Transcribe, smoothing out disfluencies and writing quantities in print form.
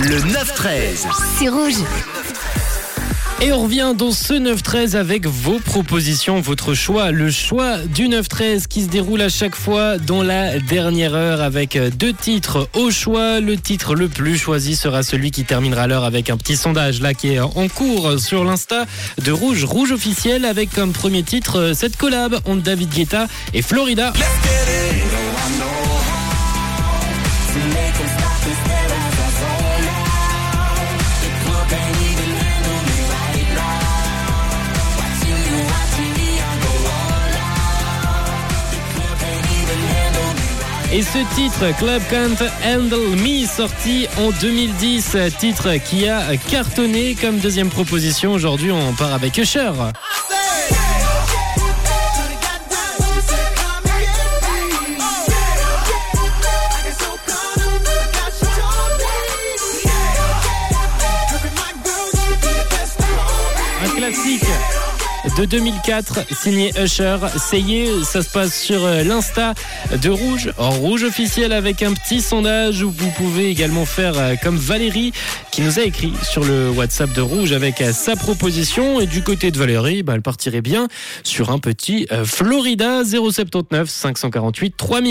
Le 9-13. C'est Rouge. Et on revient dans ce 9-13 avec vos propositions, votre choix. Le choix du 9-13 qui se déroule à chaque fois dans la dernière heure avec 2 titres au choix. Le titre le plus choisi sera celui qui terminera l'heure avec un petit sondage là qui est en cours sur l'Insta de Rouge. Rouge officiel avec comme premier titre cette collab entre David Guetta et Florida. Et ce titre, Club Can't Handle Me, sorti en 2010, titre qui a cartonné comme deuxième proposition. Aujourd'hui, on part avec Usher. Un classique de 2004, signé Usher. Ça se passe sur l'Insta de Rouge, en Rouge officiel, avec un petit sondage où vous pouvez également faire comme Valérie qui nous a écrit sur le WhatsApp de Rouge avec sa proposition. Et du côté de Valérie, elle partirait bien sur un petit Florida. 079 548 3000.